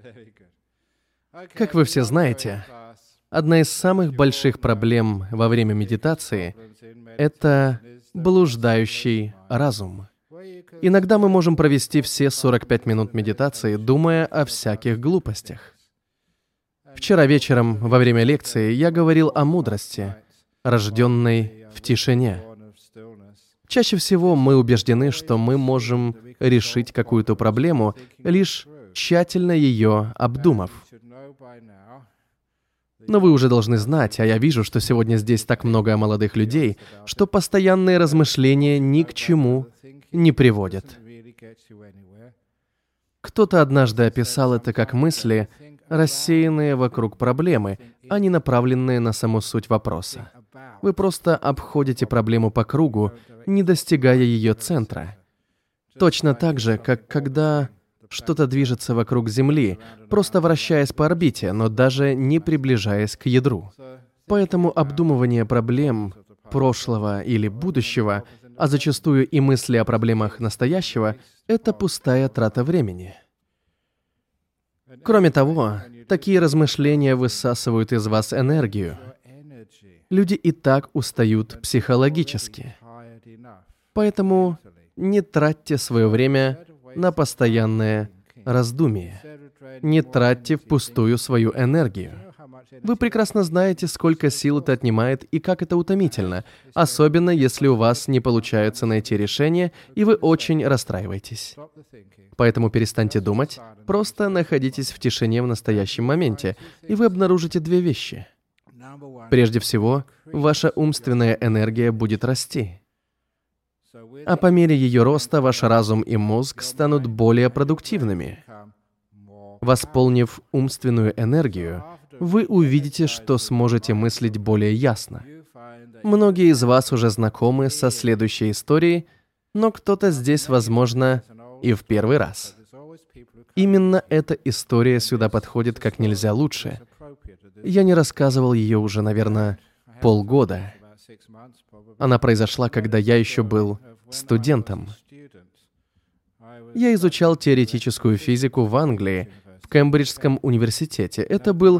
Как вы все знаете, одна из самых больших проблем во время медитации — это блуждающий разум. Иногда мы можем провести все 45 минут медитации, думая о всяких глупостях. Вчера вечером во время лекции я говорил о мудрости, рожденной в тишине. Чаще всего мы убеждены, что мы можем решить какую-то проблему, лишь тщательно ее обдумав. Но вы уже должны знать, а я вижу, что сегодня здесь так много молодых людей, что постоянные размышления ни к чему не приводят. Кто-то однажды описал это как мысли, рассеянные вокруг проблемы, а не направленные на саму суть вопроса. Вы просто обходите проблему по кругу, не достигая ее центра. Точно так же, как когда что-то движется вокруг Земли, просто вращаясь по орбите, но даже не приближаясь к ядру. Поэтому обдумывание проблем прошлого или будущего, а зачастую и мысли о проблемах настоящего, это пустая трата времени. Кроме того, такие размышления высасывают из вас энергию. Люди и так устают психологически. Поэтому не тратьте свое время на постоянное раздумие. Не тратьте впустую свою энергию. Вы прекрасно знаете, сколько сил это отнимает и как это утомительно, особенно если у вас не получается найти решение, и вы очень расстраиваетесь. Поэтому перестаньте думать, просто находитесь в тишине в настоящем моменте, и вы обнаружите две вещи. Прежде всего, ваша умственная энергия будет расти. А по мере ее роста ваш разум и мозг станут более продуктивными. Восполнив умственную энергию, вы увидите, что сможете мыслить более ясно. Многие из вас уже знакомы со следующей историей, но кто-то здесь, возможно, и в первый раз. Именно эта история сюда подходит как нельзя лучше. Я не рассказывал ее уже, наверное, полгода. Она произошла, когда я еще был студентом. Я изучал теоретическую физику в Англии, в Кембриджском университете. Это был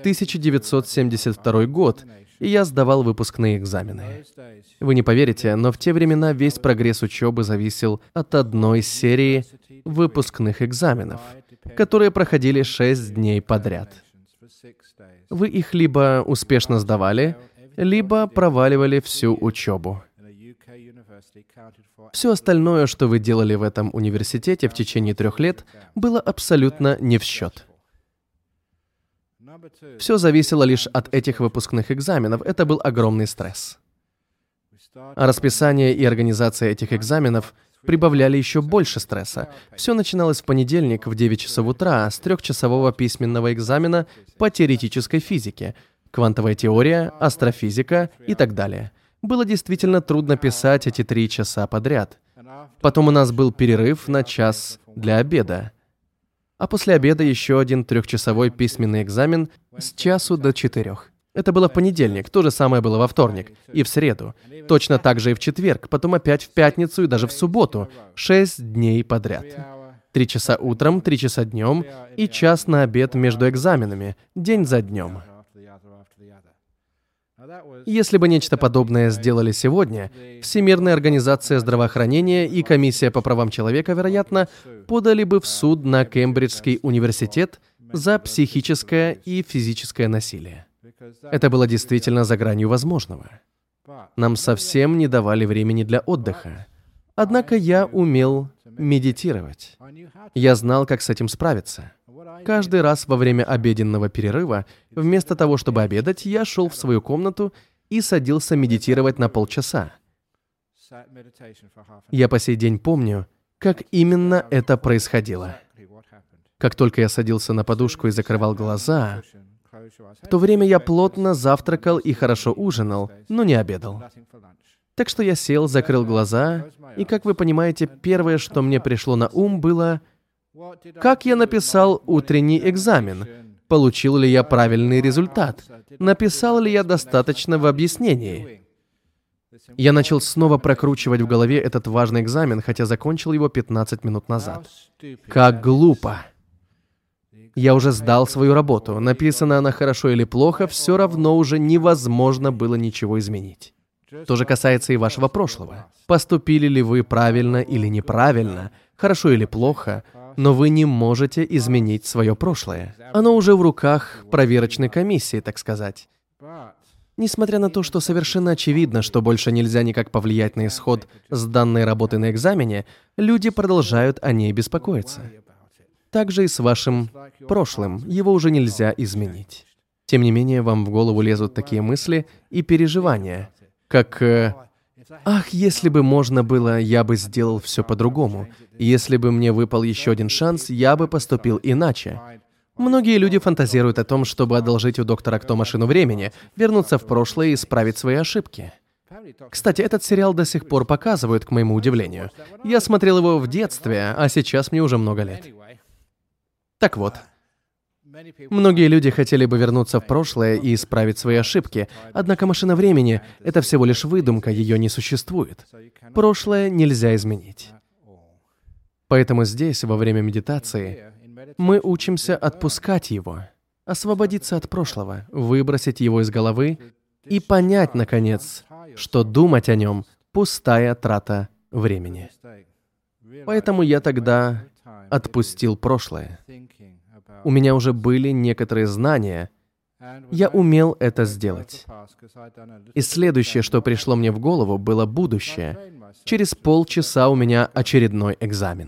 1972 год, и я сдавал выпускные экзамены. Вы не поверите, но в те времена весь прогресс учебы зависел от одной серии выпускных экзаменов, которые проходили 6 дней подряд. Вы их либо успешно сдавали, либо проваливали всю учебу. Все остальное, что вы делали в этом университете в течение 3 лет, было абсолютно не в счет. Все зависело лишь от этих выпускных экзаменов. Это был огромный стресс. А расписание и организация этих экзаменов прибавляли еще больше стресса. Все начиналось в понедельник в 9 часов утра с 3-часового письменного экзамена по теоретической физике, квантовая теория, астрофизика и так далее. Было действительно трудно писать эти 3 часа подряд. Потом у нас был перерыв на час для обеда. А после обеда еще один 3-часовой письменный экзамен с часу до 4. Это было в понедельник, то же самое было во вторник и в среду. Точно так же и в четверг, потом опять в пятницу и даже в субботу. 6 дней подряд. 3 часа утром, 3 часа днем и час на обед между экзаменами, день за днем. Если бы нечто подобное сделали сегодня, Всемирная организация здравоохранения и Комиссия по правам человека, вероятно, подали бы в суд на Кембриджский университет за психическое и физическое насилие. Это было действительно за гранью возможного. Нам совсем не давали времени для отдыха. Однако я умел медитировать. Я знал, как с этим справиться. Каждый раз во время обеденного перерыва, вместо того, чтобы обедать, я шел в свою комнату и садился медитировать на полчаса. Я по сей день помню, как именно это происходило. Как только я садился на подушку и закрывал глаза, в то время я плотно завтракал и хорошо ужинал, но не обедал. Так что я сел, закрыл глаза, и, как вы понимаете, первое, что мне пришло на ум, было: как я написал утренний экзамен? Получил ли я правильный результат? Написал ли я достаточно в объяснении? Я начал снова прокручивать в голове этот важный экзамен, хотя закончил его 15 минут назад. Как глупо! Я уже сдал свою работу. Написана она хорошо или плохо, все равно уже невозможно было ничего изменить. То же касается и вашего прошлого. Поступили ли вы правильно или неправильно, хорошо или плохо, но вы не можете изменить свое прошлое. Оно уже в руках проверочной комиссии, так сказать. Несмотря на то, что совершенно очевидно, что больше нельзя никак повлиять на исход сданной работы на экзамене, люди продолжают о ней беспокоиться. Так же и с вашим прошлым, его уже нельзя изменить. Тем не менее, вам в голову лезут такие мысли и переживания, как «Ах, если бы можно было, я бы сделал все по-другому. Если бы мне выпал еще один шанс, я бы поступил иначе». Многие люди фантазируют о том, чтобы одолжить у доктора Кто машину времени, вернуться в прошлое и исправить свои ошибки. Кстати, этот сериал до сих пор показывают, к моему удивлению. Я смотрел его в детстве, а сейчас мне уже много лет. Так вот, многие люди хотели бы вернуться в прошлое и исправить свои ошибки, однако машина времени — это всего лишь выдумка, ее не существует. Прошлое нельзя изменить. Поэтому здесь, во время медитации, мы учимся отпускать его, освободиться от прошлого, выбросить его из головы и понять, наконец, что думать о нем — пустая трата времени. Поэтому я тогда отпустил прошлое. У меня уже были некоторые знания, я умел это сделать. И следующее, что пришло мне в голову, было будущее. Через полчаса у меня очередной экзамен.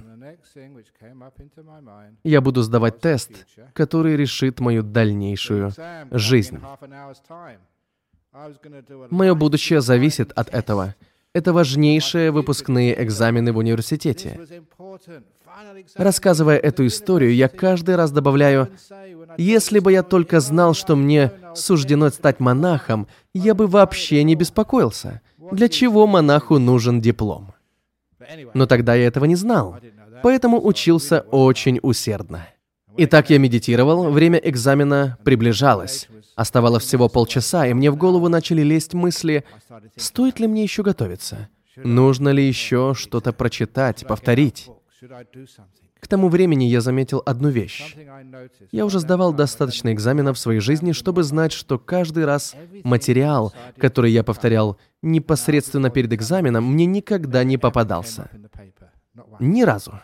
Я буду сдавать тест, который решит мою дальнейшую жизнь. Мое будущее зависит от этого. Это важнейшие выпускные экзамены в университете. Рассказывая эту историю, я каждый раз добавляю: если бы я только знал, что мне суждено стать монахом, я бы вообще не беспокоился. Для чего монаху нужен диплом? Но тогда я этого не знал, поэтому учился очень усердно. Итак, я медитировал, время экзамена приближалось. Оставалось всего полчаса, и мне в голову начали лезть мысли: стоит ли мне еще готовиться? Нужно ли еще что-то прочитать, повторить? К тому времени я заметил одну вещь. Я уже сдавал достаточно экзаменов в своей жизни, чтобы знать, что каждый раз материал, который я повторял непосредственно перед экзаменом, мне никогда не попадался. Ни разу.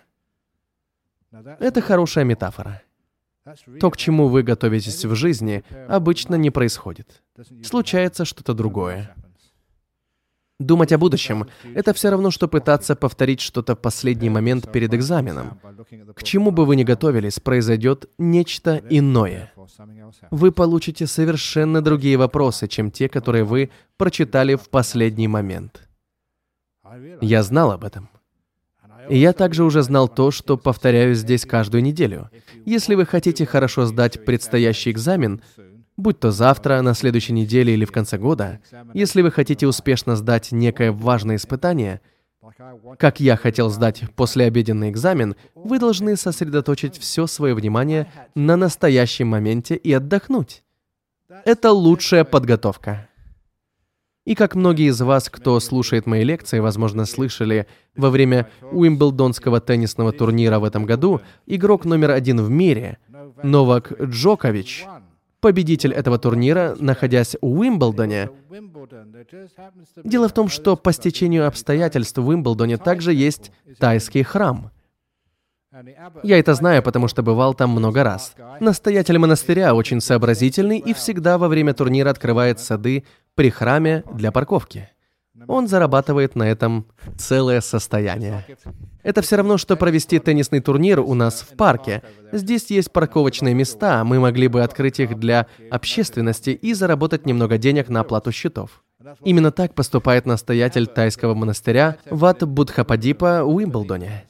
Это хорошая метафора. То, к чему вы готовитесь в жизни, обычно не происходит. Случается что-то другое. Думать о будущем — это все равно, что пытаться повторить что-то в последний момент перед экзаменом. К чему бы вы ни готовились, произойдет нечто иное. Вы получите совершенно другие вопросы, чем те, которые вы прочитали в последний момент. Я знал об этом. И я также уже знал то, что повторяю здесь каждую неделю. Если вы хотите хорошо сдать предстоящий экзамен, будь то завтра, на следующей неделе или в конце года, если вы хотите успешно сдать некое важное испытание, как я хотел сдать послеобеденный экзамен, вы должны сосредоточить все свое внимание на настоящем моменте и отдохнуть. Это лучшая подготовка. И как многие из вас, кто слушает мои лекции, возможно, слышали, во время Уимблдонского теннисного турнира в этом году игрок номер 1 в мире, Новак Джокович, победитель этого турнира, находясь в Уимблдоне. Дело в том, что по стечению обстоятельств в Уимблдоне также есть тайский храм. Я это знаю, потому что бывал там много раз. Настоятель монастыря очень сообразительный и всегда во время турнира открывает сады при храме для парковки. Он зарабатывает на этом целое состояние. Это все равно, что провести теннисный турнир у нас в парке. Здесь есть парковочные места, мы могли бы открыть их для общественности и заработать немного денег на оплату счетов. Именно так поступает настоятель тайского монастыря Ват Будхападипа в Уимблдоне.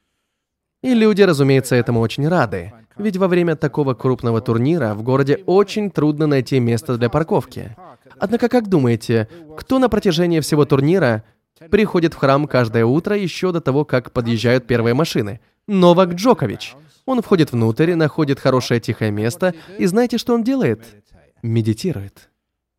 И люди, разумеется, этому очень рады, ведь во время такого крупного турнира в городе очень трудно найти место для парковки. Однако, как думаете, кто на протяжении всего турнира приходит в храм каждое утро еще до того, как подъезжают первые машины? Новак Джокович. Он входит внутрь, находит хорошее тихое место, и знаете, что он делает? Медитирует.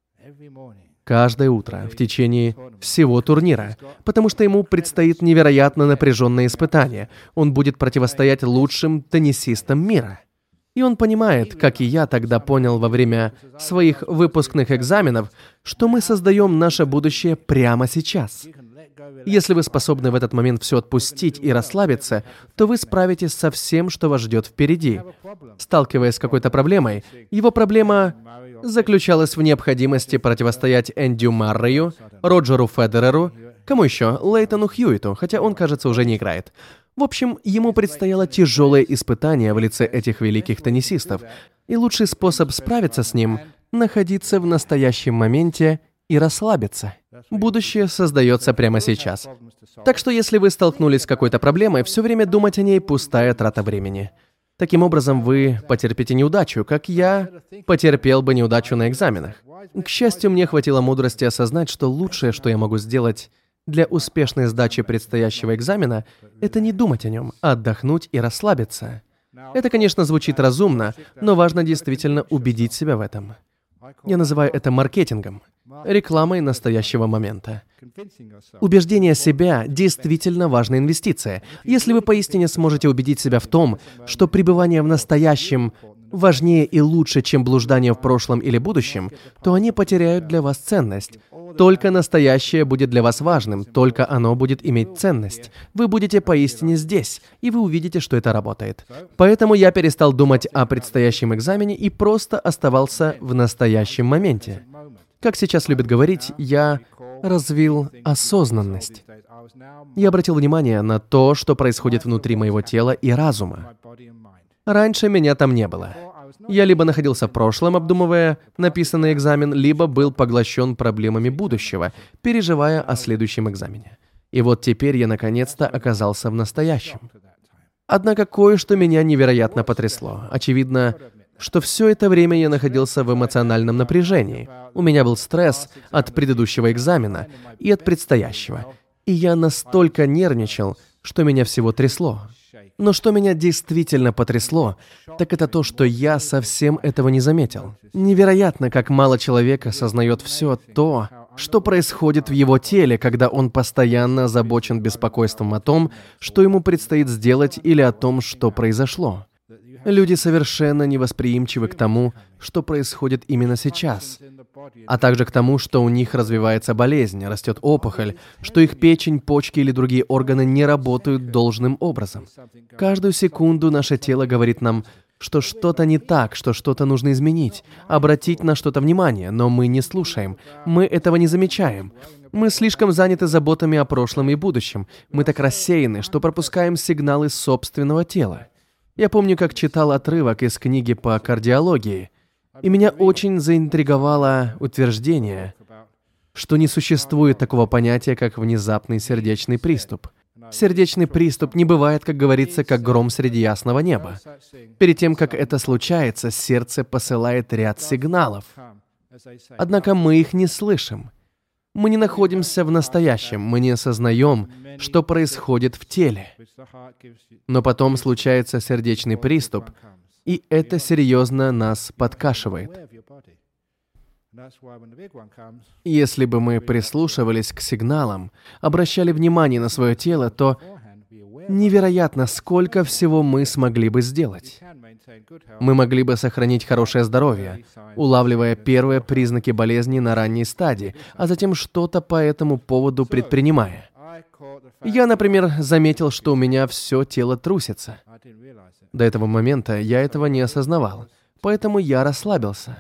Каждое утро, в течение всего турнира, потому что ему предстоит невероятно напряженное испытание. Он будет противостоять лучшим теннисистам мира. И он понимает, как и я тогда понял во время своих выпускных экзаменов, что мы создаем наше будущее прямо сейчас. Если вы способны в этот момент все отпустить и расслабиться, то вы справитесь со всем, что вас ждет впереди. Сталкиваясь с какой-то проблемой, его проблема заключалась в необходимости противостоять Энди Маррею, Роджеру Федереру, кому еще? Лейтону Хьюиту, хотя он, кажется, уже не играет. В общем, ему предстояло тяжелое испытание в лице этих великих теннисистов, и лучший способ справиться с ним — находиться в настоящем моменте и расслабиться. Будущее создается прямо сейчас. Так что если вы столкнулись с какой-то проблемой, все время думать о ней — пустая трата времени. Таким образом, вы потерпите неудачу, как я потерпел бы неудачу на экзаменах. К счастью, мне хватило мудрости осознать, что лучшее, что я могу сделать для успешной сдачи предстоящего экзамена, это не думать о нем, а отдохнуть и расслабиться. Это, конечно, звучит разумно, но важно действительно убедить себя в этом. Я называю это маркетингом, рекламой настоящего момента. Убеждение себя действительно важная инвестиция. Если вы поистине сможете убедить себя в том, что пребывание в настоящем важнее и лучше, чем блуждание в прошлом или будущем, то они потеряют для вас ценность. Только настоящее будет для вас важным, только оно будет иметь ценность. Вы будете поистине здесь, и вы увидите, что это работает. Поэтому я перестал думать о предстоящем экзамене и просто оставался в настоящем моменте. Как сейчас любят говорить, я развил осознанность. Я обратил внимание на то, что происходит внутри моего тела и разума. Раньше меня там не было. Я либо находился в прошлом, обдумывая написанный экзамен, либо был поглощен проблемами будущего, переживая о следующем экзамене. И вот теперь я наконец-то оказался в настоящем. Однако кое-что меня невероятно потрясло. Очевидно, что все это время я находился в эмоциональном напряжении. У меня был стресс от предыдущего экзамена и от предстоящего. И я настолько нервничал, что меня всего трясло. Но что меня действительно потрясло, так это то, что я совсем этого не заметил. Невероятно, как мало человек осознает все то, что происходит в его теле, когда он постоянно озабочен беспокойством о том, что ему предстоит сделать, или о том, что произошло. Люди совершенно невосприимчивы к тому, что происходит именно сейчас, а также к тому, что у них развивается болезнь, растет опухоль, что их печень, почки или другие органы не работают должным образом. Каждую секунду наше тело говорит нам, что что-то не так, что что-то нужно изменить, обратить на что-то внимание, но мы не слушаем, мы этого не замечаем. Мы слишком заняты заботами о прошлом и будущем, мы так рассеяны, что пропускаем сигналы собственного тела. Я помню, как читал отрывок из книги по кардиологии, и меня очень заинтриговало утверждение, что не существует такого понятия, как внезапный сердечный приступ. Сердечный приступ не бывает, как говорится, как гром среди ясного неба. Перед тем, как это случается, сердце посылает ряд сигналов. Однако мы их не слышим. Мы не находимся в настоящем, мы не осознаем, что происходит в теле. Но потом случается сердечный приступ, и это серьезно нас подкашивает. Если бы мы прислушивались к сигналам, обращали внимание на свое тело, то невероятно, сколько всего мы смогли бы сделать. Мы могли бы сохранить хорошее здоровье, улавливая первые признаки болезни на ранней стадии, а затем что-то по этому поводу предпринимая. Я, например, заметил, что у меня все тело трусится. До этого момента я этого не осознавал, поэтому я расслабился.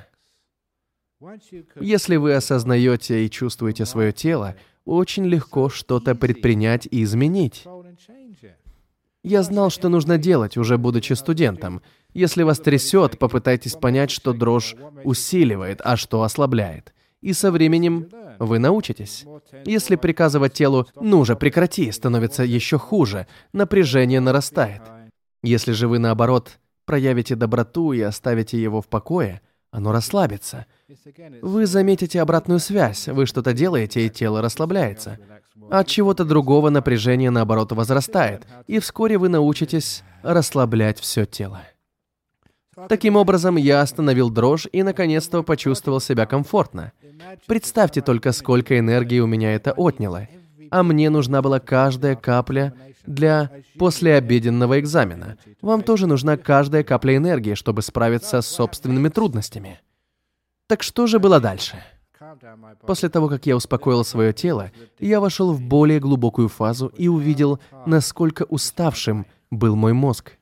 Если вы осознаете и чувствуете свое тело, очень легко что-то предпринять и изменить. Я знал, что нужно делать, уже будучи студентом. Если вас трясет, попытайтесь понять, что дрожь усиливает, а что ослабляет. И со временем вы научитесь. Если приказывать телу «ну же, прекрати», становится еще хуже, напряжение нарастает. Если же вы, наоборот, проявите доброту и оставите его в покое, оно расслабится. Вы заметите обратную связь, вы что-то делаете, и тело расслабляется. От чего-то другого напряжение, наоборот, возрастает, и вскоре вы научитесь расслаблять все тело. Таким образом, я остановил дрожь и, наконец-то, почувствовал себя комфортно. Представьте только, сколько энергии у меня это отняло. а мне нужна была каждая капля для послеобеденного экзамена. Вам тоже нужна каждая капля энергии, чтобы справиться с собственными трудностями. Так что же было дальше? После того, как я успокоил свое тело, я вошел в более глубокую фазу и увидел, насколько уставшим был мой мозг.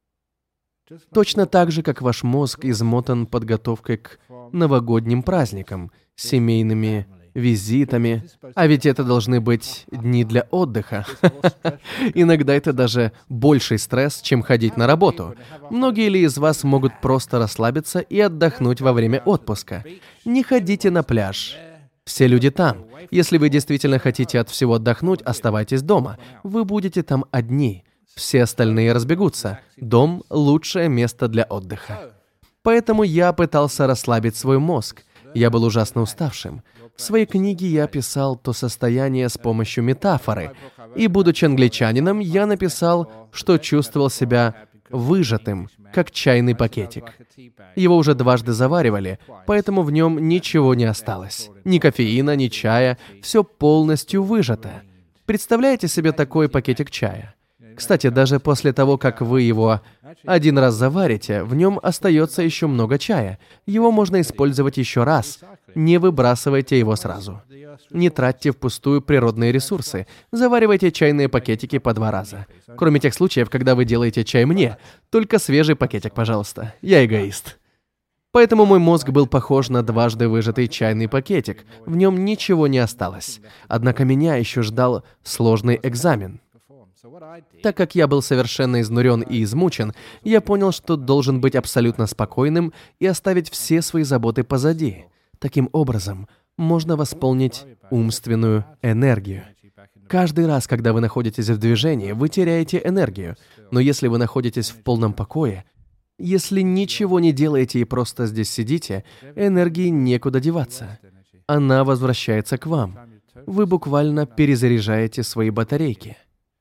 Точно так же, как ваш мозг измотан подготовкой к новогодним праздникам, семейными визитами, а ведь это должны быть дни для отдыха. Иногда это даже больший стресс, чем ходить на работу. Многие ли из вас могут просто расслабиться и отдохнуть во время отпуска? Не ходите на пляж. Все люди там. Если вы действительно хотите от всего отдохнуть, оставайтесь дома. Вы будете там одни. Все остальные разбегутся. Дом – лучшее место для отдыха. Поэтому я пытался расслабить свой мозг. Я был ужасно уставшим. В своей книге я описал то состояние с помощью метафоры. И, будучи англичанином, я написал, что чувствовал себя выжатым, как чайный пакетик. Его уже дважды заваривали, поэтому в нем ничего не осталось. Ни кофеина, ни чая, все полностью выжато. Представляете себе такой пакетик чая? Кстати, даже после того, как вы его один раз заварите, в нем остается еще много чая. Его можно использовать еще раз. Не выбрасывайте его сразу. Не тратьте впустую природные ресурсы. Заваривайте чайные пакетики по 2 раза. Кроме тех случаев, когда вы делаете чай мне. Только свежий пакетик, пожалуйста. Я эгоист. Поэтому мой мозг был похож на дважды выжатый чайный пакетик. В нем ничего не осталось. Однако меня еще ждал сложный экзамен. Так как я был совершенно изнурен и измучен, я понял, что должен быть абсолютно спокойным и оставить все свои заботы позади. Таким образом, можно восполнить умственную энергию. Каждый раз, когда вы находитесь в движении, вы теряете энергию. Но если вы находитесь в полном покое, если ничего не делаете и просто здесь сидите, энергии некуда деваться. Она возвращается к вам. Вы буквально перезаряжаете свои батарейки.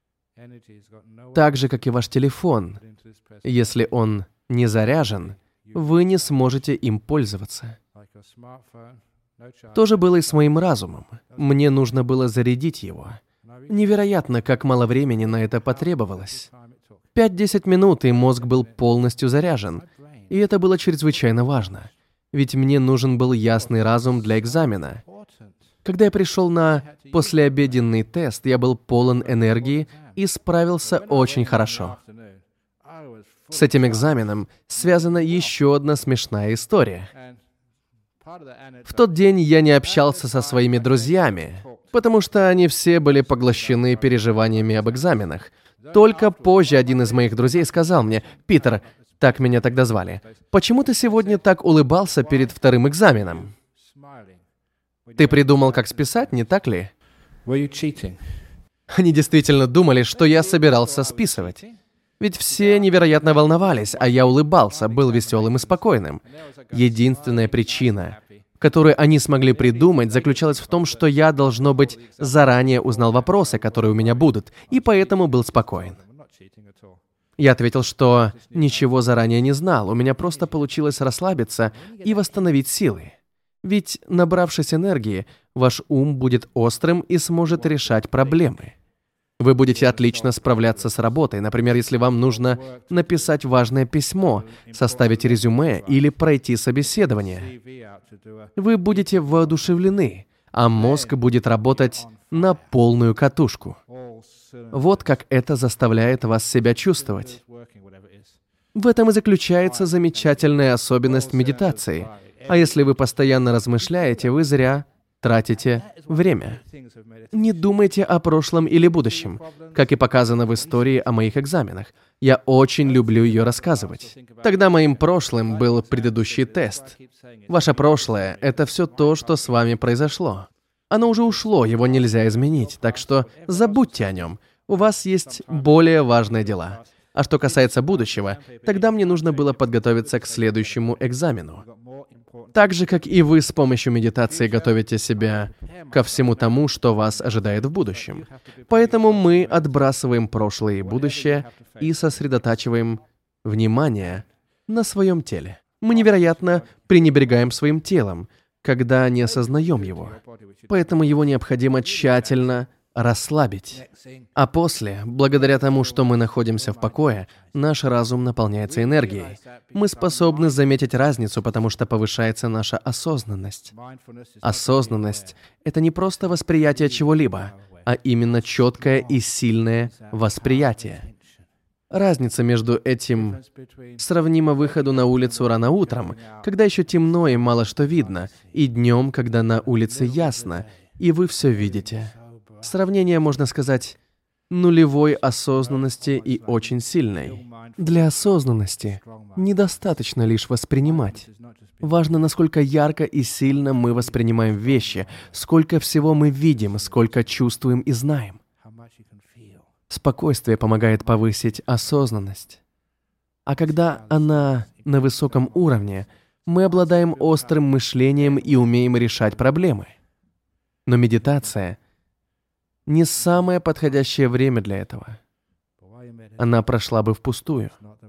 Так же, как и ваш телефон. Если он не заряжен, вы не сможете им пользоваться. То же было и с моим разумом. Мне нужно было зарядить его. Невероятно, как мало времени на это потребовалось. 5-10 минут, и мозг был полностью заряжен. И это было чрезвычайно важно. Ведь мне нужен был ясный разум для экзамена. Когда я пришел на послеобеденный тест, я был полон энергии и справился очень хорошо. С этим экзаменом связана еще одна смешная история. В тот день я не общался со своими друзьями, потому что они все были поглощены переживаниями об экзаменах. Только позже один из моих друзей сказал мне: «Питер, так меня тогда звали, почему ты сегодня так улыбался перед вторым экзаменом? Ты придумал, как списать, не так ли?» Они действительно думали, что я собирался списывать. Ведь все невероятно волновались, а я улыбался, был веселым и спокойным. Единственная причина, которую они смогли придумать, заключалась в том, что я, должно быть, заранее узнал вопросы, которые у меня будут, и поэтому был спокоен. Я ответил, что ничего заранее не знал, у меня просто получилось расслабиться и восстановить силы. Ведь, набравшись энергии, ваш ум будет острым и сможет решать проблемы. Вы будете отлично справляться с работой, например, если вам нужно написать важное письмо, составить резюме или пройти собеседование. Вы будете воодушевлены, а мозг будет работать на полную катушку. Вот как это заставляет вас себя чувствовать. В этом и заключается замечательная особенность медитации. А если вы постоянно размышляете, вы зря тратите время. Не думайте о прошлом или будущем, как и показано в истории о моих экзаменах. Я очень люблю ее рассказывать. Тогда моим прошлым был предыдущий тест. Ваше прошлое — это все то, что с вами произошло. Оно уже ушло, его нельзя изменить, так что забудьте о нем. У вас есть более важные дела. А что касается будущего, тогда мне нужно было подготовиться к следующему экзамену. Так же, как и вы с помощью медитации готовите себя ко всему тому, что вас ожидает в будущем. Поэтому мы отбрасываем прошлое и будущее и сосредотачиваем внимание на своем теле. Мы невероятно пренебрегаем своим телом, когда не осознаем его. Поэтому его необходимо тщательно расслабить. А после, благодаря тому, что мы находимся в покое, наш разум наполняется энергией. Мы способны заметить разницу, потому что повышается наша осознанность. Осознанность — это не просто восприятие чего-либо, а именно четкое и сильное восприятие. Разница между этим сравнима выходу на улицу рано утром, когда еще темно и мало что видно, и днем, когда на улице ясно, и вы все видите. Сравнение, можно сказать, нулевой осознанности и очень сильной. Для осознанности недостаточно лишь воспринимать. Важно, насколько ярко и сильно мы воспринимаем вещи, сколько всего мы видим, сколько чувствуем и знаем. Спокойствие помогает повысить осознанность. А когда она на высоком уровне, мы обладаем острым мышлением и умеем решать проблемы. Но медитация — не самое подходящее время для этого. Она прошла бы впустую.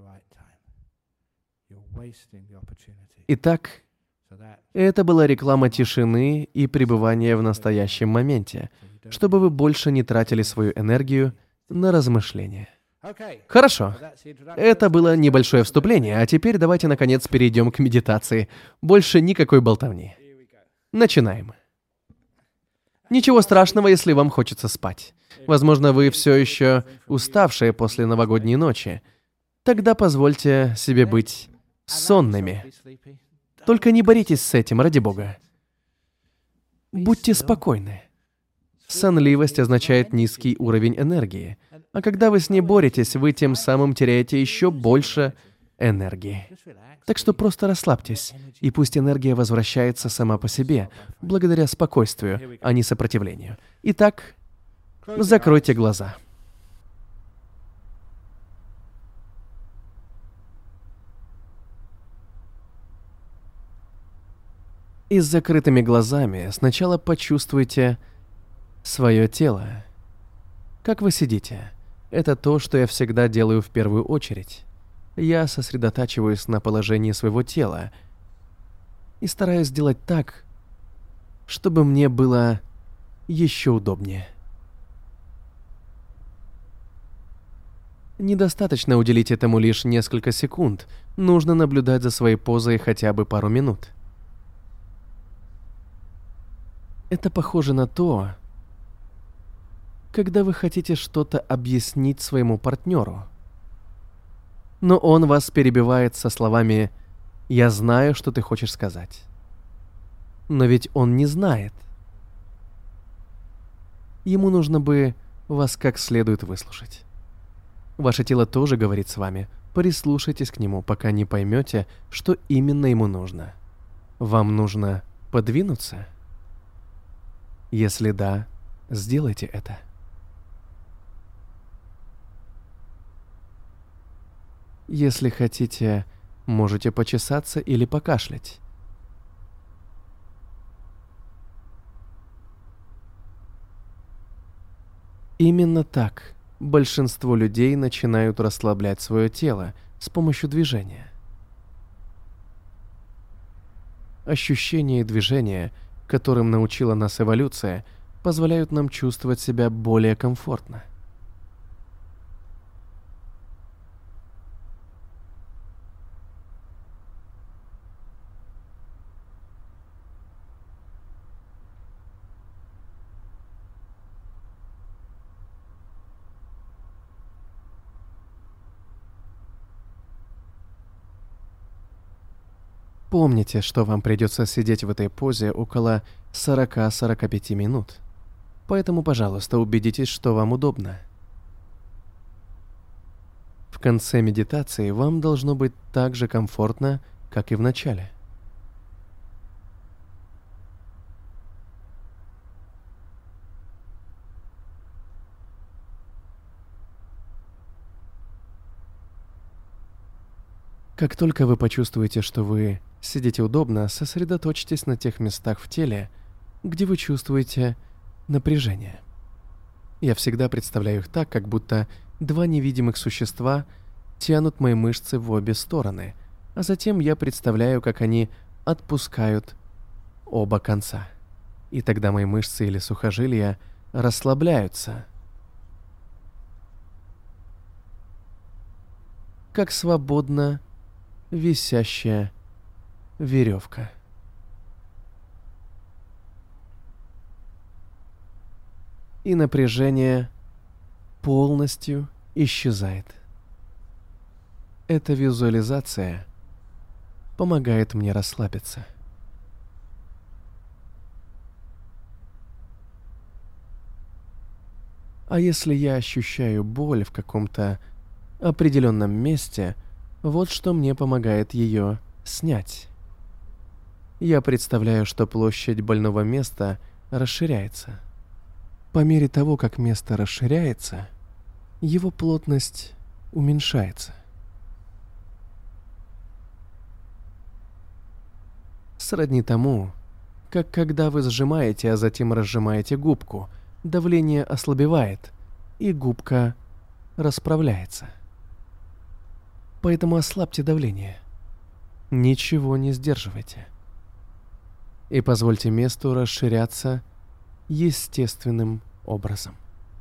Итак, это была реклама тишины и пребывания в настоящем моменте, чтобы вы больше не тратили свою энергию на размышления. Хорошо. Это было небольшое вступление, а теперь давайте, наконец, перейдем к медитации. Больше никакой болтовни. Начинаем. Ничего страшного, если вам хочется спать. Возможно, вы все еще уставшие после новогодней ночи. Тогда позвольте себе быть сонными. Только не боритесь с этим, ради Бога. Будьте спокойны. Сонливость означает низкий уровень энергии. А когда вы с ней боретесь, вы тем самым теряете еще больше энергии. Так что просто расслабьтесь, и пусть энергия возвращается сама по себе, благодаря спокойствию, а не сопротивлению. Итак, закройте глаза. И с закрытыми глазами сначала почувствуйте свое тело. Как вы сидите? Это то, что я всегда делаю в первую очередь. Я сосредотачиваюсь на положении своего тела и стараюсь сделать так, чтобы мне было еще удобнее. Недостаточно уделить этому лишь несколько секунд, нужно наблюдать за своей позой хотя бы пару минут. Это похоже на то, когда вы хотите что-то объяснить своему партнеру, но он вас перебивает со словами «Я знаю, что ты хочешь сказать». Но ведь он не знает. Ему нужно бы вас как следует выслушать. Ваше тело тоже говорит с вами. Прислушайтесь к нему, пока не поймете, что именно ему нужно. Вам нужно подвинуться? Если да, сделайте это. Если хотите, можете почесаться или покашлять. Именно так большинство людей начинают расслаблять свое тело с помощью движения. Ощущения и движения, которым научила нас эволюция, позволяют нам чувствовать себя более комфортно. Помните, что вам придется сидеть в этой позе около 40-45 минут. Поэтому, пожалуйста, убедитесь, что вам удобно. В конце медитации вам должно быть так же комфортно, как и в начале. Как только вы почувствуете, что вы сидите удобно, сосредоточьтесь на тех местах в теле, где вы чувствуете напряжение. Я всегда представляю их так, как будто два невидимых существа тянут мои мышцы в обе стороны, а затем я представляю, как они отпускают оба конца. И тогда мои мышцы или сухожилия расслабляются, как свободно висящая веревка. И напряжение полностью исчезает. Эта визуализация помогает мне расслабиться. А если я ощущаю боль в каком-то определенном месте, вот что мне помогает ее снять. Я представляю, что площадь больного места расширяется. По мере того, как место расширяется, его плотность уменьшается. Сродни тому, как когда вы сжимаете, а затем разжимаете губку, давление ослабевает, и губка расправляется. Поэтому ослабьте давление. Ничего не сдерживайте. И позвольте месту расширяться естественным образом.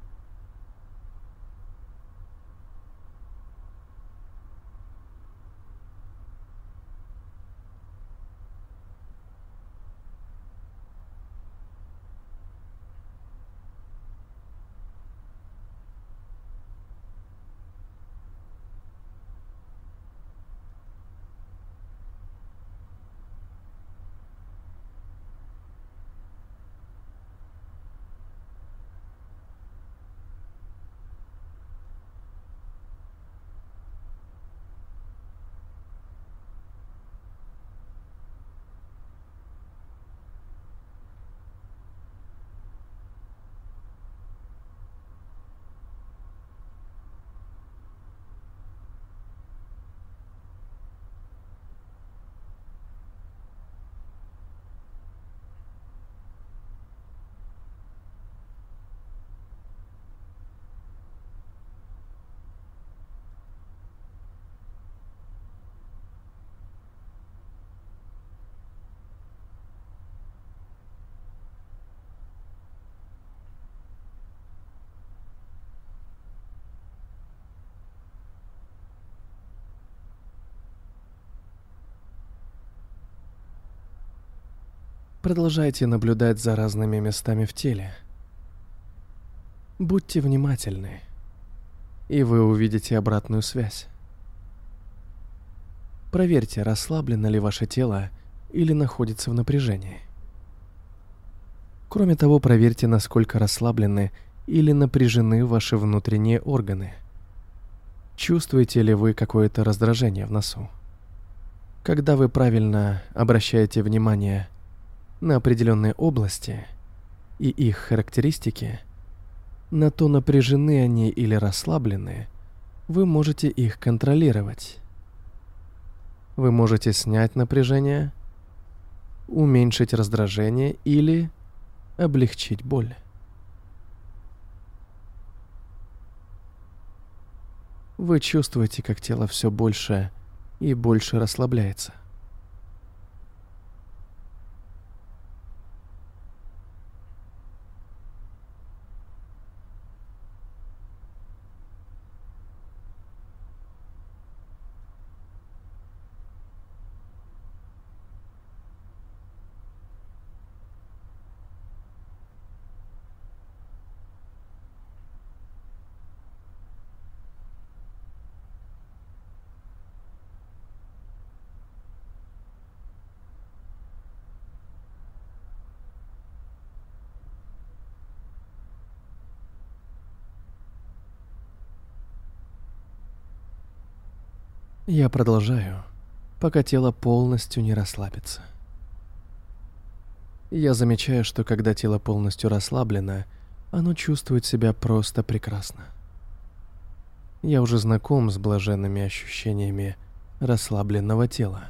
Продолжайте наблюдать за разными местами в теле. Будьте внимательны, и вы увидите обратную связь. Проверьте, расслаблено ли ваше тело или находится в напряжении. Кроме того, проверьте, насколько расслаблены или напряжены ваши внутренние органы. Чувствуете ли вы какое-то раздражение в носу? Когда вы правильно обращаете внимание на определенные области и их характеристики, на то, напряжены они или расслаблены, вы можете их контролировать. Вы можете снять напряжение, уменьшить раздражение или облегчить боль. Вы чувствуете, как тело все больше и больше расслабляется. Я продолжаю, пока тело полностью не расслабится. Я замечаю, что когда тело полностью расслаблено, оно чувствует себя просто прекрасно. Я уже знаком с блаженными ощущениями расслабленного тела.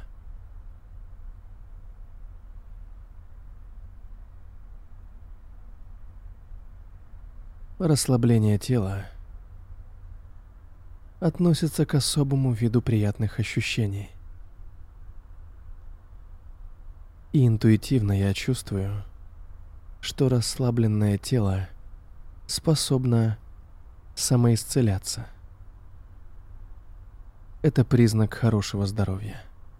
Расслабление тела относится к особому виду приятных ощущений. И интуитивно я чувствую, что расслабленное тело способна самоисцеляться. Это признак хорошего здоровья.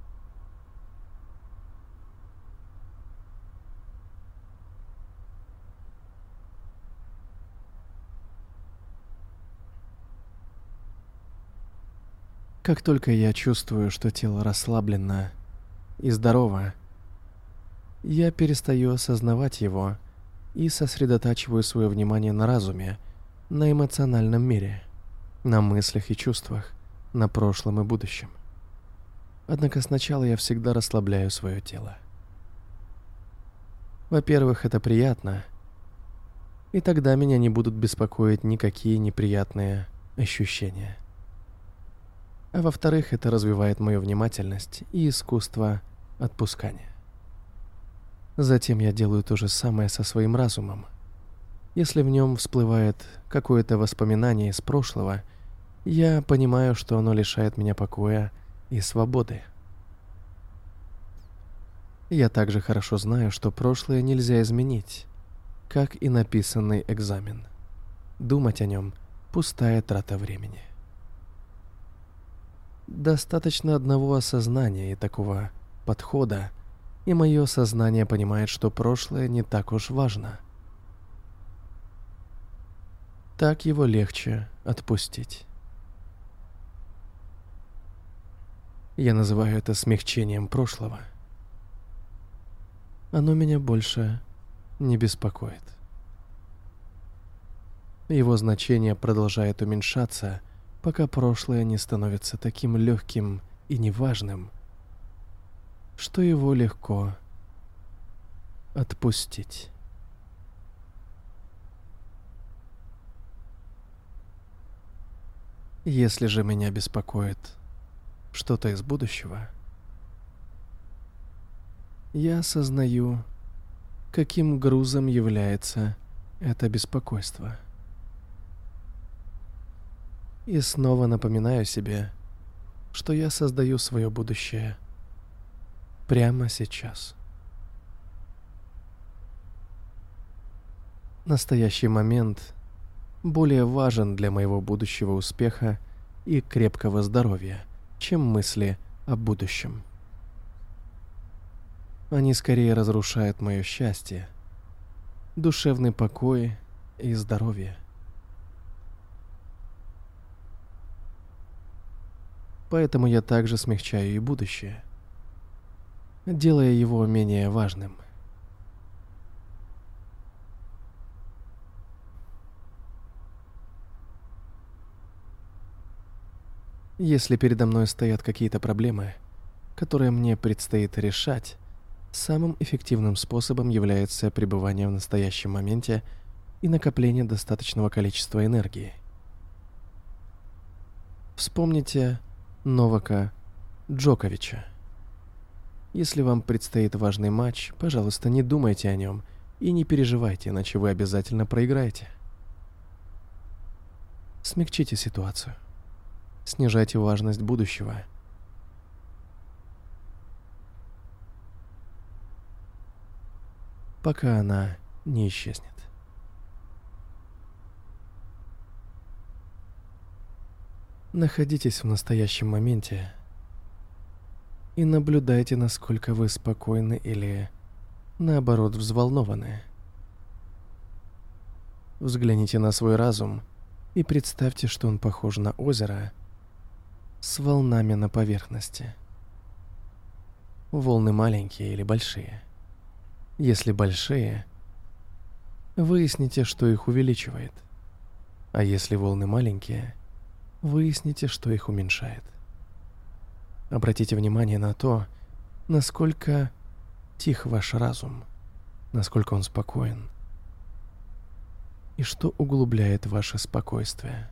Как только я чувствую, что тело расслаблено и здорово, я перестаю осознавать его и сосредотачиваю свое внимание на разуме, на эмоциональном мире, на мыслях и чувствах, на прошлом и будущем. Однако сначала я всегда расслабляю свое тело. Во-первых, это приятно, и тогда меня не будут беспокоить никакие неприятные ощущения. А во-вторых, это развивает мою внимательность и искусство отпускания. Затем я делаю то же самое со своим разумом. Если в нем всплывает какое-то воспоминание из прошлого, я понимаю, что оно лишает меня покоя и свободы. Я также хорошо знаю, что прошлое нельзя изменить, как и написанный экзамен. Думать о нем – пустая трата времени. Достаточно одного осознания и такого подхода, и мое сознание понимает, что прошлое не так уж важно. Так его легче отпустить. Я называю это смягчением прошлого. Оно меня больше не беспокоит. Его значение продолжает уменьшаться, пока прошлое не становится таким легким и неважным, что его легко отпустить. Если же меня беспокоит что-то из будущего, я осознаю, каким грузом является это беспокойство. И снова напоминаю себе, что я создаю свое будущее прямо сейчас. Настоящий момент более важен для моего будущего успеха и крепкого здоровья, чем мысли о будущем. Они скорее разрушают мое счастье, душевный покой и здоровье. Поэтому я также смягчаю и будущее, делая его менее важным. Если передо мной стоят какие-то проблемы, которые мне предстоит решать, самым эффективным способом является пребывание в настоящем моменте и накопление достаточного количества энергии. Вспомните Новака Джоковича. Если вам предстоит важный матч, пожалуйста, не думайте о нем и не переживайте, иначе вы обязательно проиграете. Смягчите ситуацию. Снижайте важность будущего. Пока она не исчезнет. Находитесь в настоящем моменте и наблюдайте, насколько вы спокойны или, наоборот, взволнованы. Взгляните на свой разум и представьте, что он похож на озеро с волнами на поверхности. Волны маленькие или большие. Если большие, выясните, что их увеличивает. А если волны маленькие, выясните, что их уменьшает. Обратите внимание на то, насколько тих ваш разум, насколько он спокоен, и что углубляет ваше спокойствие.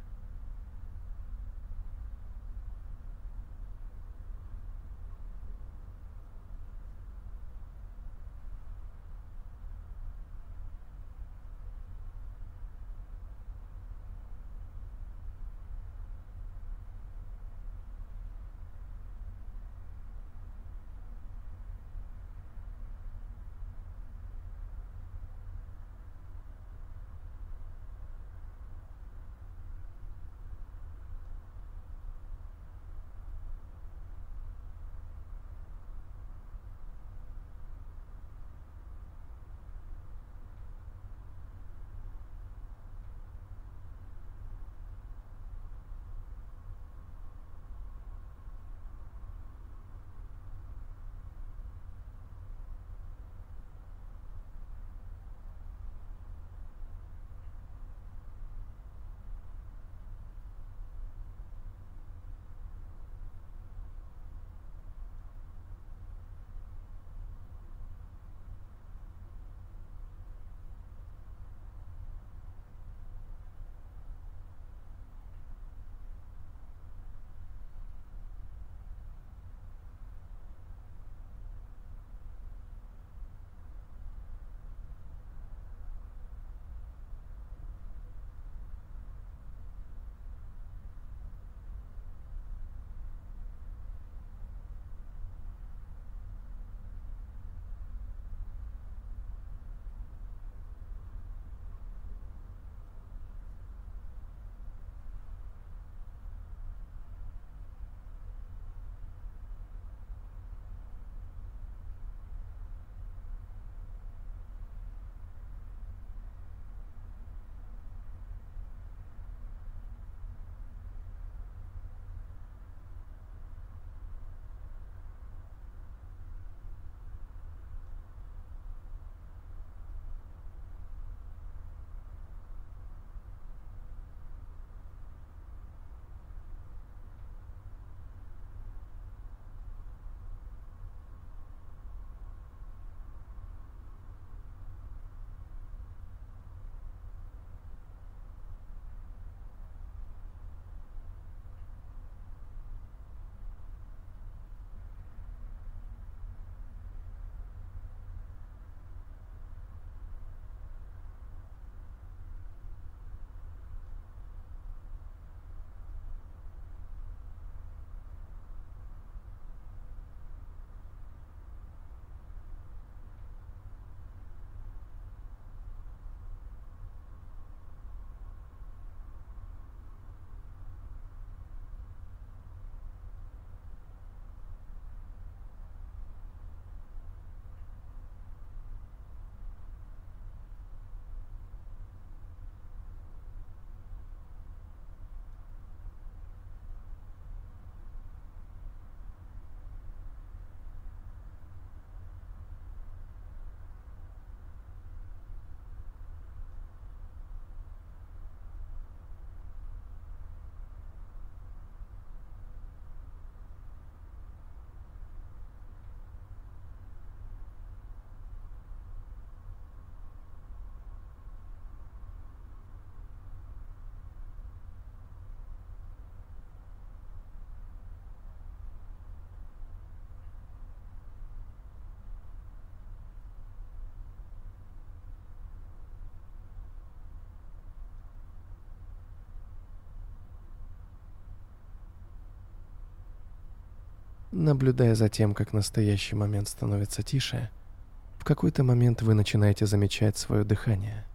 Наблюдая за тем, как настоящий момент становится тише, в какой-то момент вы начинаете замечать свое дыхание.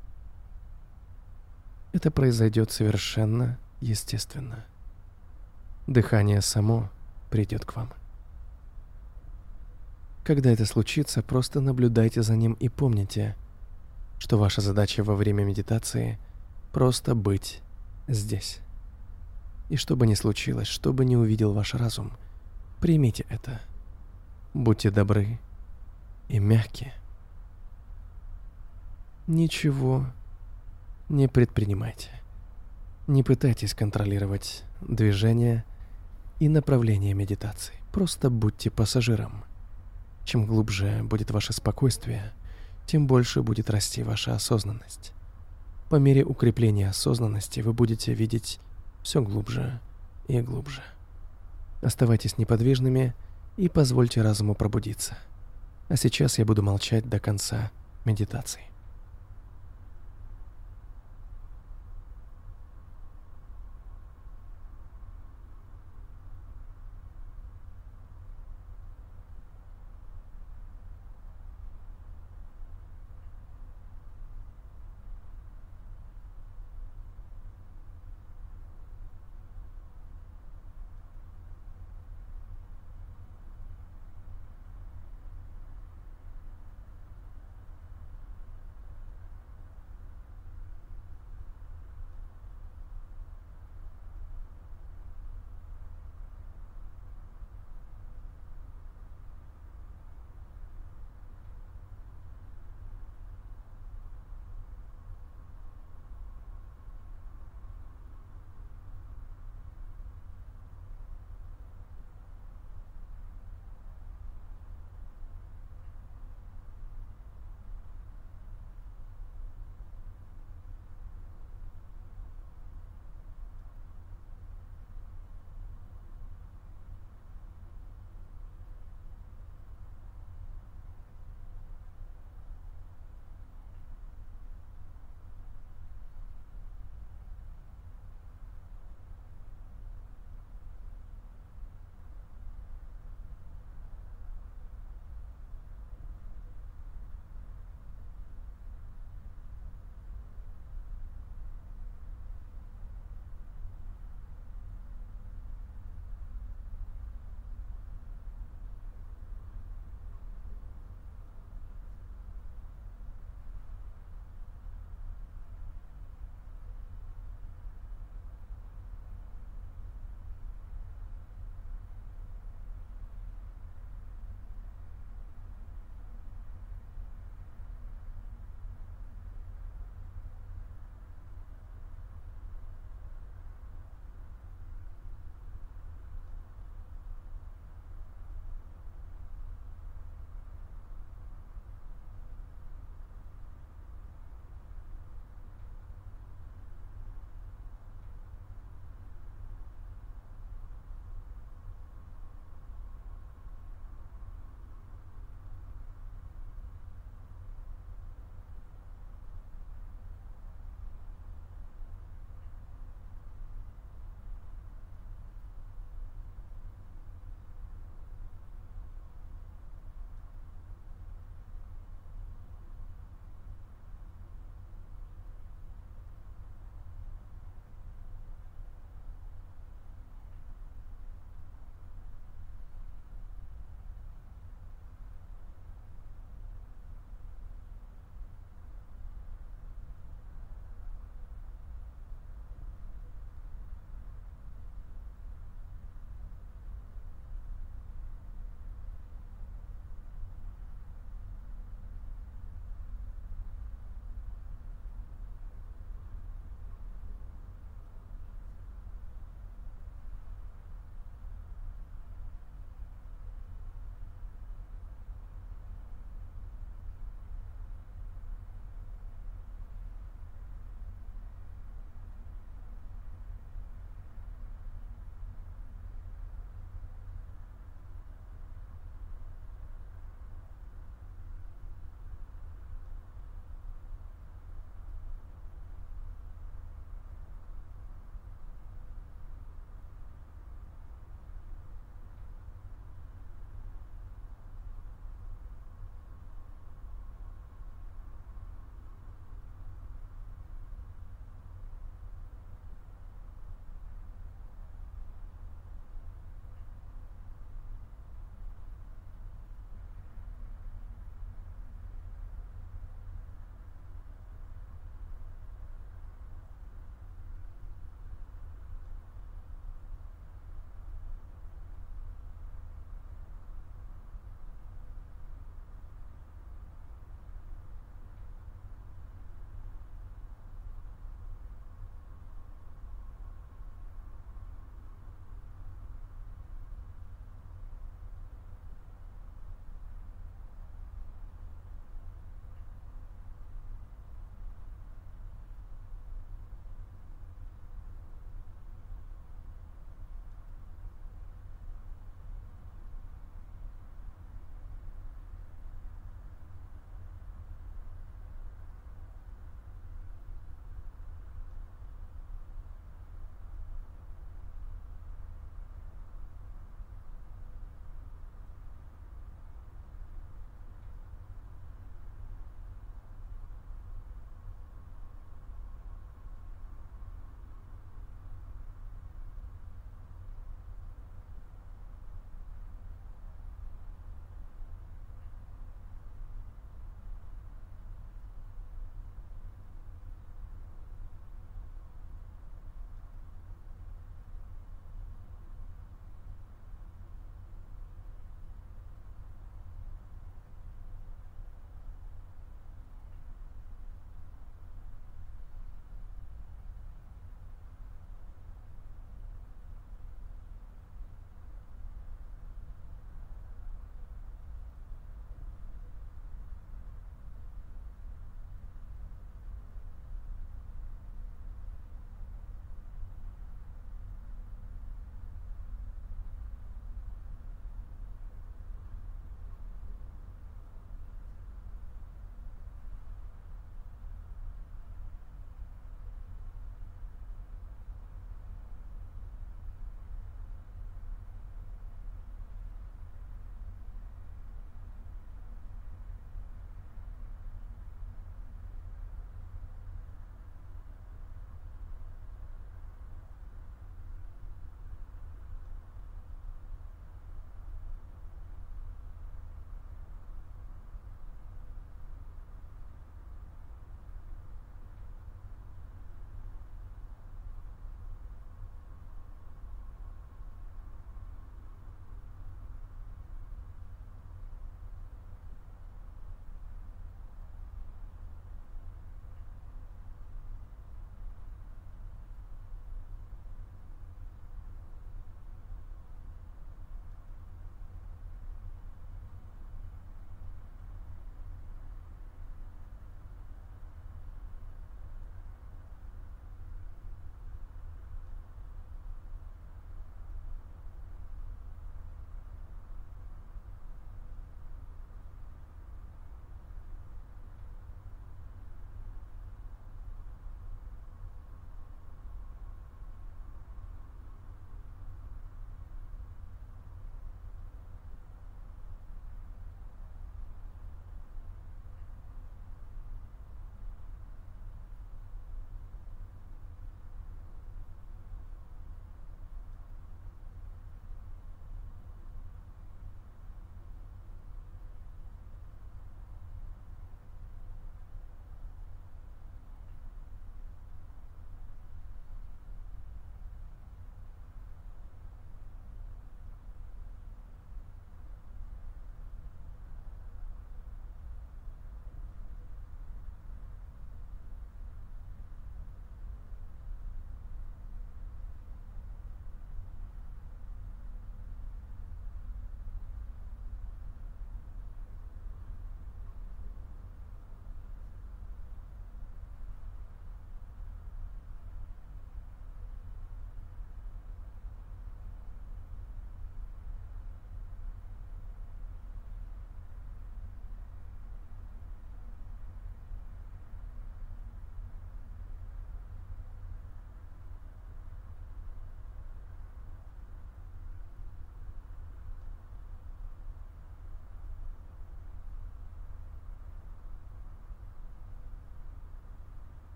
Это произойдет совершенно естественно. Дыхание само придет к вам. Когда это случится, просто наблюдайте за ним и помните, что ваша задача во время медитации — просто быть здесь. И что бы ни случилось, что бы ни увидел ваш разум, примите это. Будьте добры и мягкие. Ничего не предпринимайте. Не пытайтесь контролировать движение и направление медитации. Просто будьте пассажиром. Чем глубже будет ваше спокойствие, тем больше будет расти ваша осознанность. По мере укрепления осознанности вы будете видеть все глубже и глубже. Оставайтесь неподвижными и позвольте разуму пробудиться. А сейчас я буду молчать до конца медитации.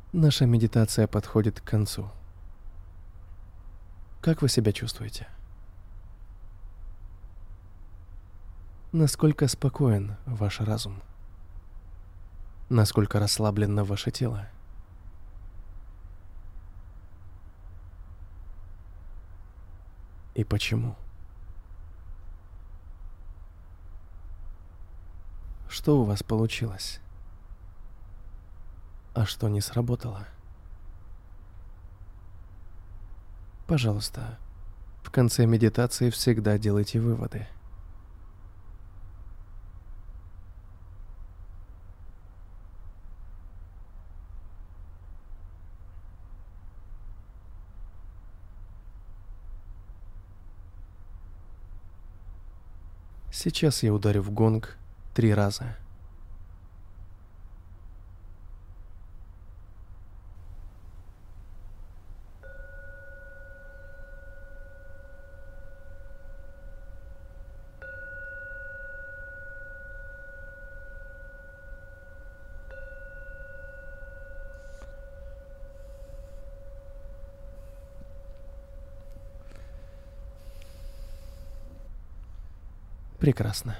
Наша медитация подходит к концу. Как вы себя чувствуете? Насколько спокоен ваш разум? Насколько расслаблено ваше тело? И почему? Что у вас получилось? А что не сработало? Пожалуйста, в конце медитации всегда делайте выводы. Сейчас я ударю в гонг 3 раза. Прекрасно.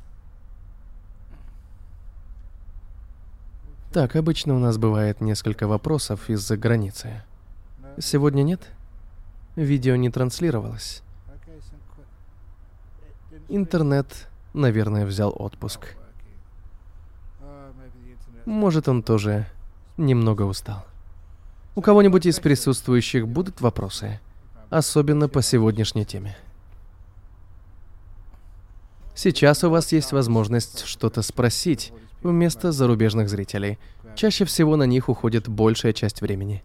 Так, обычно у нас бывает несколько вопросов из-за границы. Сегодня нет? Видео не транслировалось. Интернет, наверное, взял отпуск. Может, он тоже немного устал. У кого-нибудь из присутствующих будут вопросы? Особенно по сегодняшней теме. Сейчас у вас есть возможность что-то спросить вместо зарубежных зрителей. Чаще всего на них уходит большая часть времени.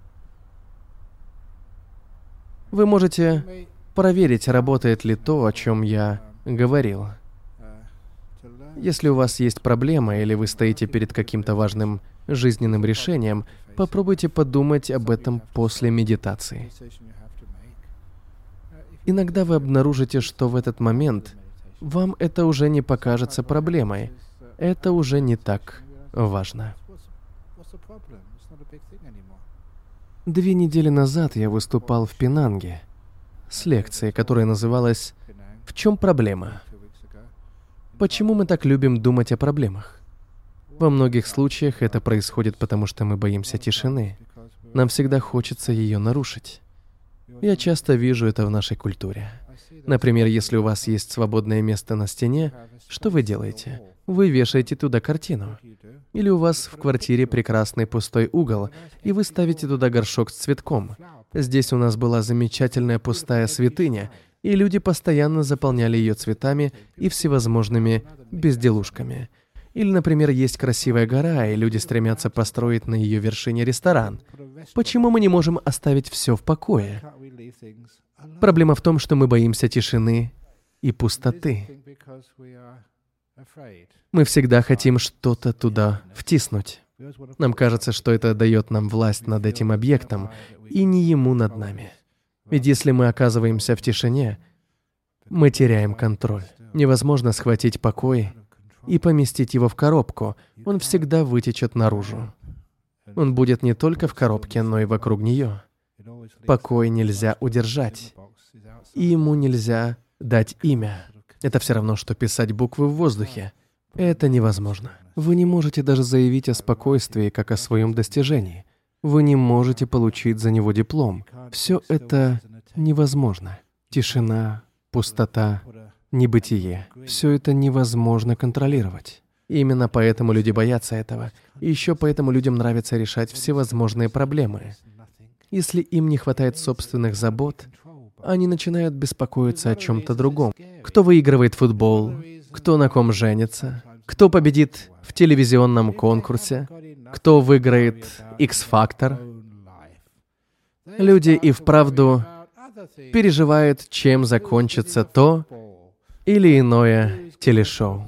Вы можете проверить, работает ли то, о чем я говорил. Если у вас есть проблема или вы стоите перед каким-то важным жизненным решением, попробуйте подумать об этом после медитации. Иногда вы обнаружите, что в этот момент вам это уже не покажется проблемой. Это уже не так важно. 2 недели назад я выступал в Пенанге с лекцией, которая называлась «В чем проблема?». Почему мы так любим думать о проблемах? Во многих случаях это происходит потому, что мы боимся тишины. Нам всегда хочется ее нарушить. Я часто вижу это в нашей культуре. Например, если у вас есть свободное место на стене, что вы делаете? Вы вешаете туда картину. Или у вас в квартире прекрасный пустой угол, и вы ставите туда горшок с цветком. Здесь у нас была замечательная пустая святыня, и люди постоянно заполняли ее цветами и всевозможными безделушками. Или, например, есть красивая гора, и люди стремятся построить на ее вершине ресторан. Почему мы не можем оставить все в покое? Проблема в том, что мы боимся тишины и пустоты. Мы всегда хотим что-то туда втиснуть. Нам кажется, что это дает нам власть над этим объектом, и не ему над нами. Ведь если мы оказываемся в тишине, мы теряем контроль. Невозможно схватить покой и поместить его в коробку. Он всегда вытечет наружу. Он будет не только в коробке, но и вокруг нее. Покой нельзя удержать, и ему нельзя дать имя. Это все равно, что писать буквы в воздухе. Это невозможно. Вы не можете даже заявить о спокойствии, как о своем достижении. Вы не можете получить за него диплом. Все это невозможно. Тишина, пустота, небытие. Все это невозможно контролировать. И именно поэтому люди боятся этого. И еще поэтому людям нравится решать всевозможные проблемы. Если им не хватает собственных забот, они начинают беспокоиться о чем-то другом. Кто выигрывает футбол? Кто на ком женится? Кто победит в телевизионном конкурсе? Кто выиграет X-Factor? Люди и вправду переживают, чем закончится то или иное телешоу.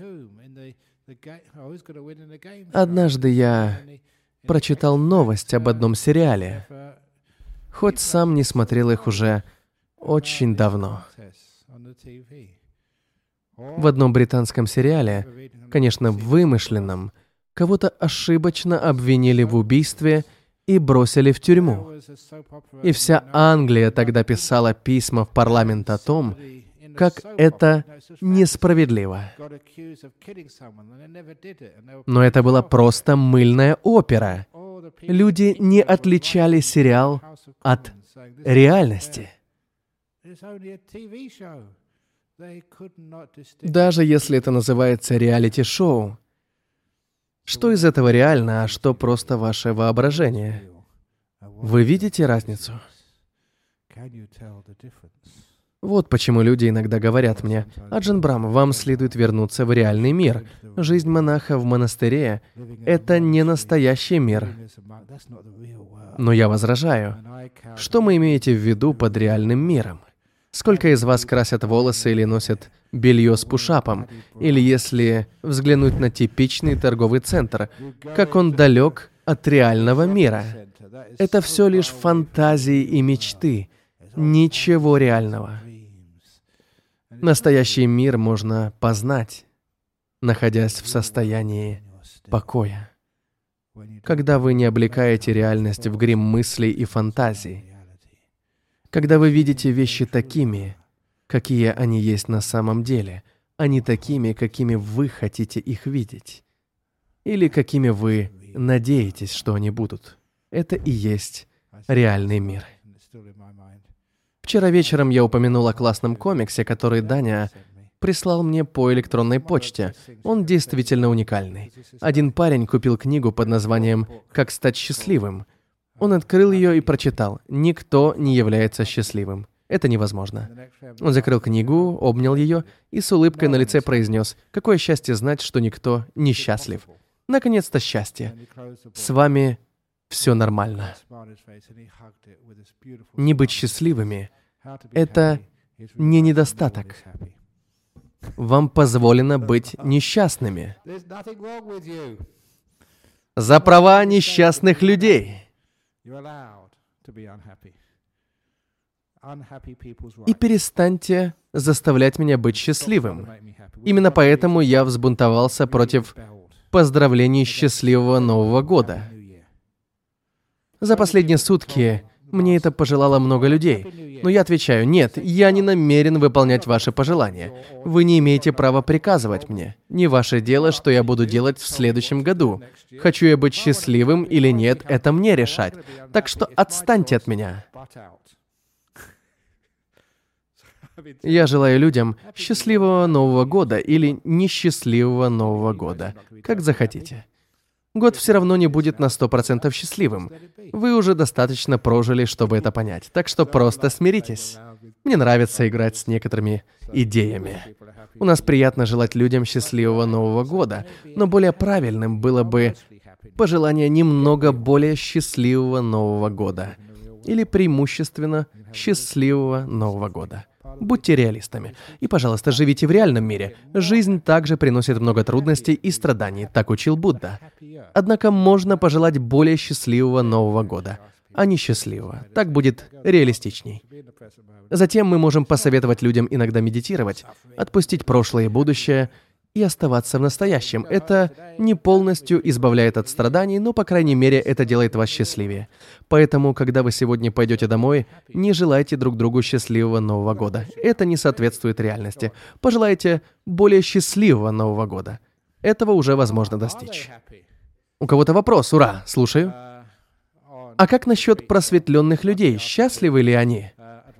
Однажды я прочитал новость об одном сериале, хоть сам не смотрел их уже очень давно. В одном британском сериале, конечно, вымышленном, кого-то ошибочно обвинили в убийстве и бросили в тюрьму. И вся Англия тогда писала письма в парламент о том, как это несправедливо. Но это была просто мыльная опера. Люди не отличали сериал от реальности. Даже если это называется реалити-шоу, что из этого реально, а что просто ваше воображение? Вы видите разницу? Вот почему люди иногда говорят мне: «Аджен Брам, вам следует вернуться в реальный мир. Жизнь монаха в монастыре — это не настоящий мир». Но я возражаю. Что вы имеете в виду под реальным миром? Сколько из вас красят волосы или носят белье с пушапом? Или если взглянуть на типичный торговый центр, как он далек от реального мира? Это все лишь фантазии и мечты. Ничего реального. Настоящий мир можно познать, находясь в состоянии покоя. Когда вы не облекаете реальность в грим мыслей и фантазий. Когда вы видите вещи такими, какие они есть на самом деле, а не такими, какими вы хотите их видеть. Или какими вы надеетесь, что они будут. Это и есть реальный мир. Вчера вечером я упомянул о классном комиксе, который Даня прислал мне по электронной почте. Он действительно уникальный. Один парень купил книгу под названием «Как стать счастливым». Он открыл ее и прочитал: «Никто не является счастливым. Это невозможно». Он закрыл книгу, обнял ее и с улыбкой на лице произнес: «Какое счастье знать, что никто не счастлив. Наконец-то счастье. С вами все нормально». Не быть счастливыми — это не недостаток. Вам позволено быть несчастными. За права несчастных людей. И перестаньте заставлять меня быть счастливым. Именно поэтому я взбунтовался против поздравлений счастливого Нового года. За последние сутки мне это пожелало много людей. Но я отвечаю: нет, я не намерен выполнять ваши пожелания. Вы не имеете права приказывать мне. Не ваше дело, что я буду делать в следующем году. Хочу я быть счастливым или нет, это мне решать. Так что отстаньте от меня. Я желаю людям счастливого Нового года или несчастливого Нового года, как захотите. Год все равно не будет на 100% счастливым. Вы уже достаточно прожили, чтобы это понять. Так что просто смиритесь. Мне нравится играть с некоторыми идеями. У нас приятно желать людям счастливого Нового года, но более правильным было бы пожелание немного более счастливого Нового года. Или преимущественно счастливого Нового года. Будьте реалистами. И, пожалуйста, живите в реальном мире. Жизнь также приносит много трудностей и страданий, так учил Будда. Однако можно пожелать более счастливого Нового года, а не счастливого. Так будет реалистичней. Затем мы можем посоветовать людям иногда медитировать, отпустить прошлое и будущее и оставаться в настоящем. Это не полностью избавляет от страданий, но, по крайней мере, это делает вас счастливее. Поэтому, когда вы сегодня пойдете домой, не желайте друг другу счастливого Нового года. Это не соответствует реальности. Пожелайте более счастливого Нового года. Этого уже возможно достичь. У кого-то вопрос? Ура! Слушаю. А как насчет просветленных людей? Счастливы ли они?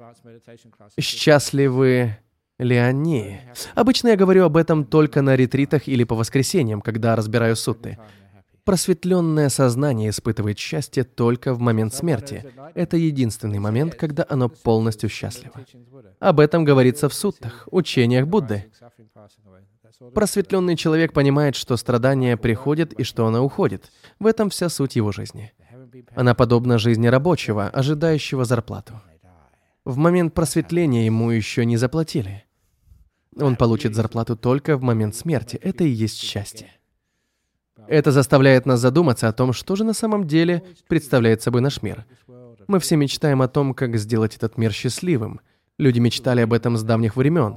Счастливы ли они? Обычно я говорю об этом только на ретритах или по воскресеньям, когда разбираю сутты. Просветленное сознание испытывает счастье только в момент смерти. Это единственный момент, когда оно полностью счастливо. Об этом говорится в суттах, учениях Будды. Просветленный человек понимает, что страдание приходит и что оно уходит. В этом вся суть его жизни. Она подобна жизни рабочего, ожидающего зарплату. В момент просветления ему еще не заплатили. Он получит зарплату только в момент смерти. Это и есть счастье. Это заставляет нас задуматься о том, что же на самом деле представляет собой наш мир. Мы все мечтаем о том, как сделать этот мир счастливым. Люди мечтали об этом с давних времен.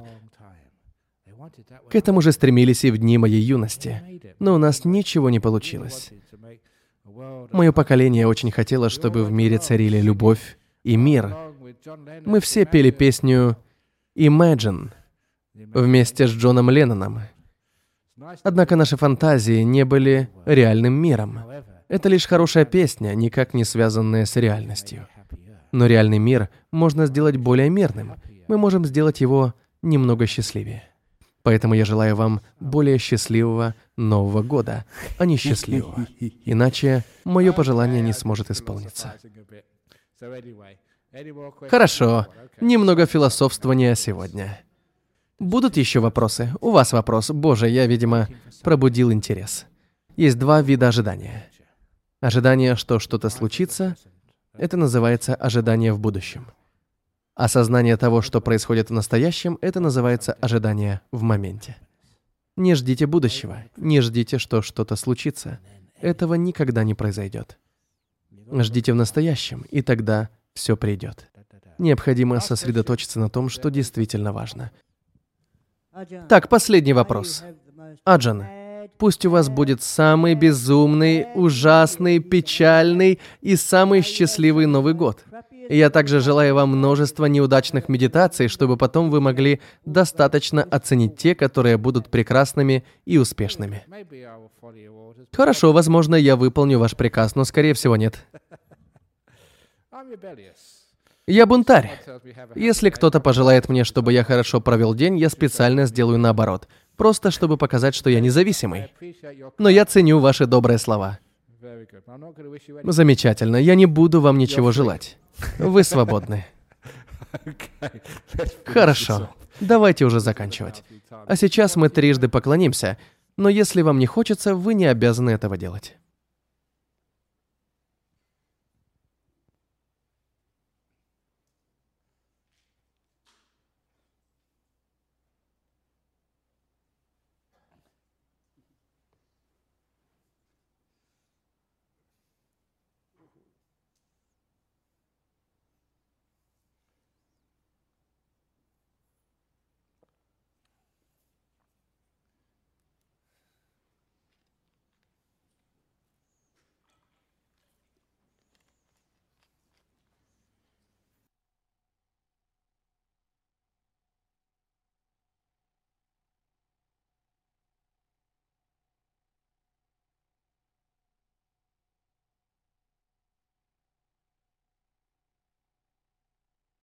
К этому же стремились и в дни моей юности. Но у нас ничего не получилось. Мое поколение очень хотело, чтобы в мире царили любовь и мир. Мы все пели песню «Imagine» вместе с Джоном Ленноном. Однако наши фантазии не были реальным миром. Это лишь хорошая песня, никак не связанная с реальностью. Но реальный мир можно сделать более мирным. Мы можем сделать его немного счастливее. Поэтому я желаю вам более счастливого Нового года, а не счастливого. Иначе мое пожелание не сможет исполниться. Хорошо, немного философствования сегодня. Будут еще вопросы? У вас вопрос. Боже, я, видимо, пробудил интерес. Есть два вида ожидания. Ожидание, что что-то случится, это называется ожидание в будущем. Осознание того, что происходит в настоящем, это называется ожидание в моменте. Не ждите будущего, не ждите, что что-то случится. Этого никогда не произойдет. Ждите в настоящем, и тогда все придет. Необходимо сосредоточиться на том, что действительно важно. Так, последний вопрос. Аджан, пусть у вас будет самый безумный, ужасный, печальный и самый счастливый Новый год. И я также желаю вам множества неудачных медитаций, чтобы потом вы могли достаточно оценить те, которые будут прекрасными и успешными. Хорошо, возможно, я выполню ваш приказ, но, скорее всего, нет. Я бунтарь. Если кто-то пожелает мне, чтобы я хорошо провел день, я специально сделаю наоборот. Просто чтобы показать, что я независимый. Но я ценю ваши добрые слова. Замечательно. Я не буду вам ничего желать. Вы свободны. Хорошо. Давайте уже заканчивать. А сейчас мы трижды поклонимся, но если вам не хочется, вы не обязаны этого делать.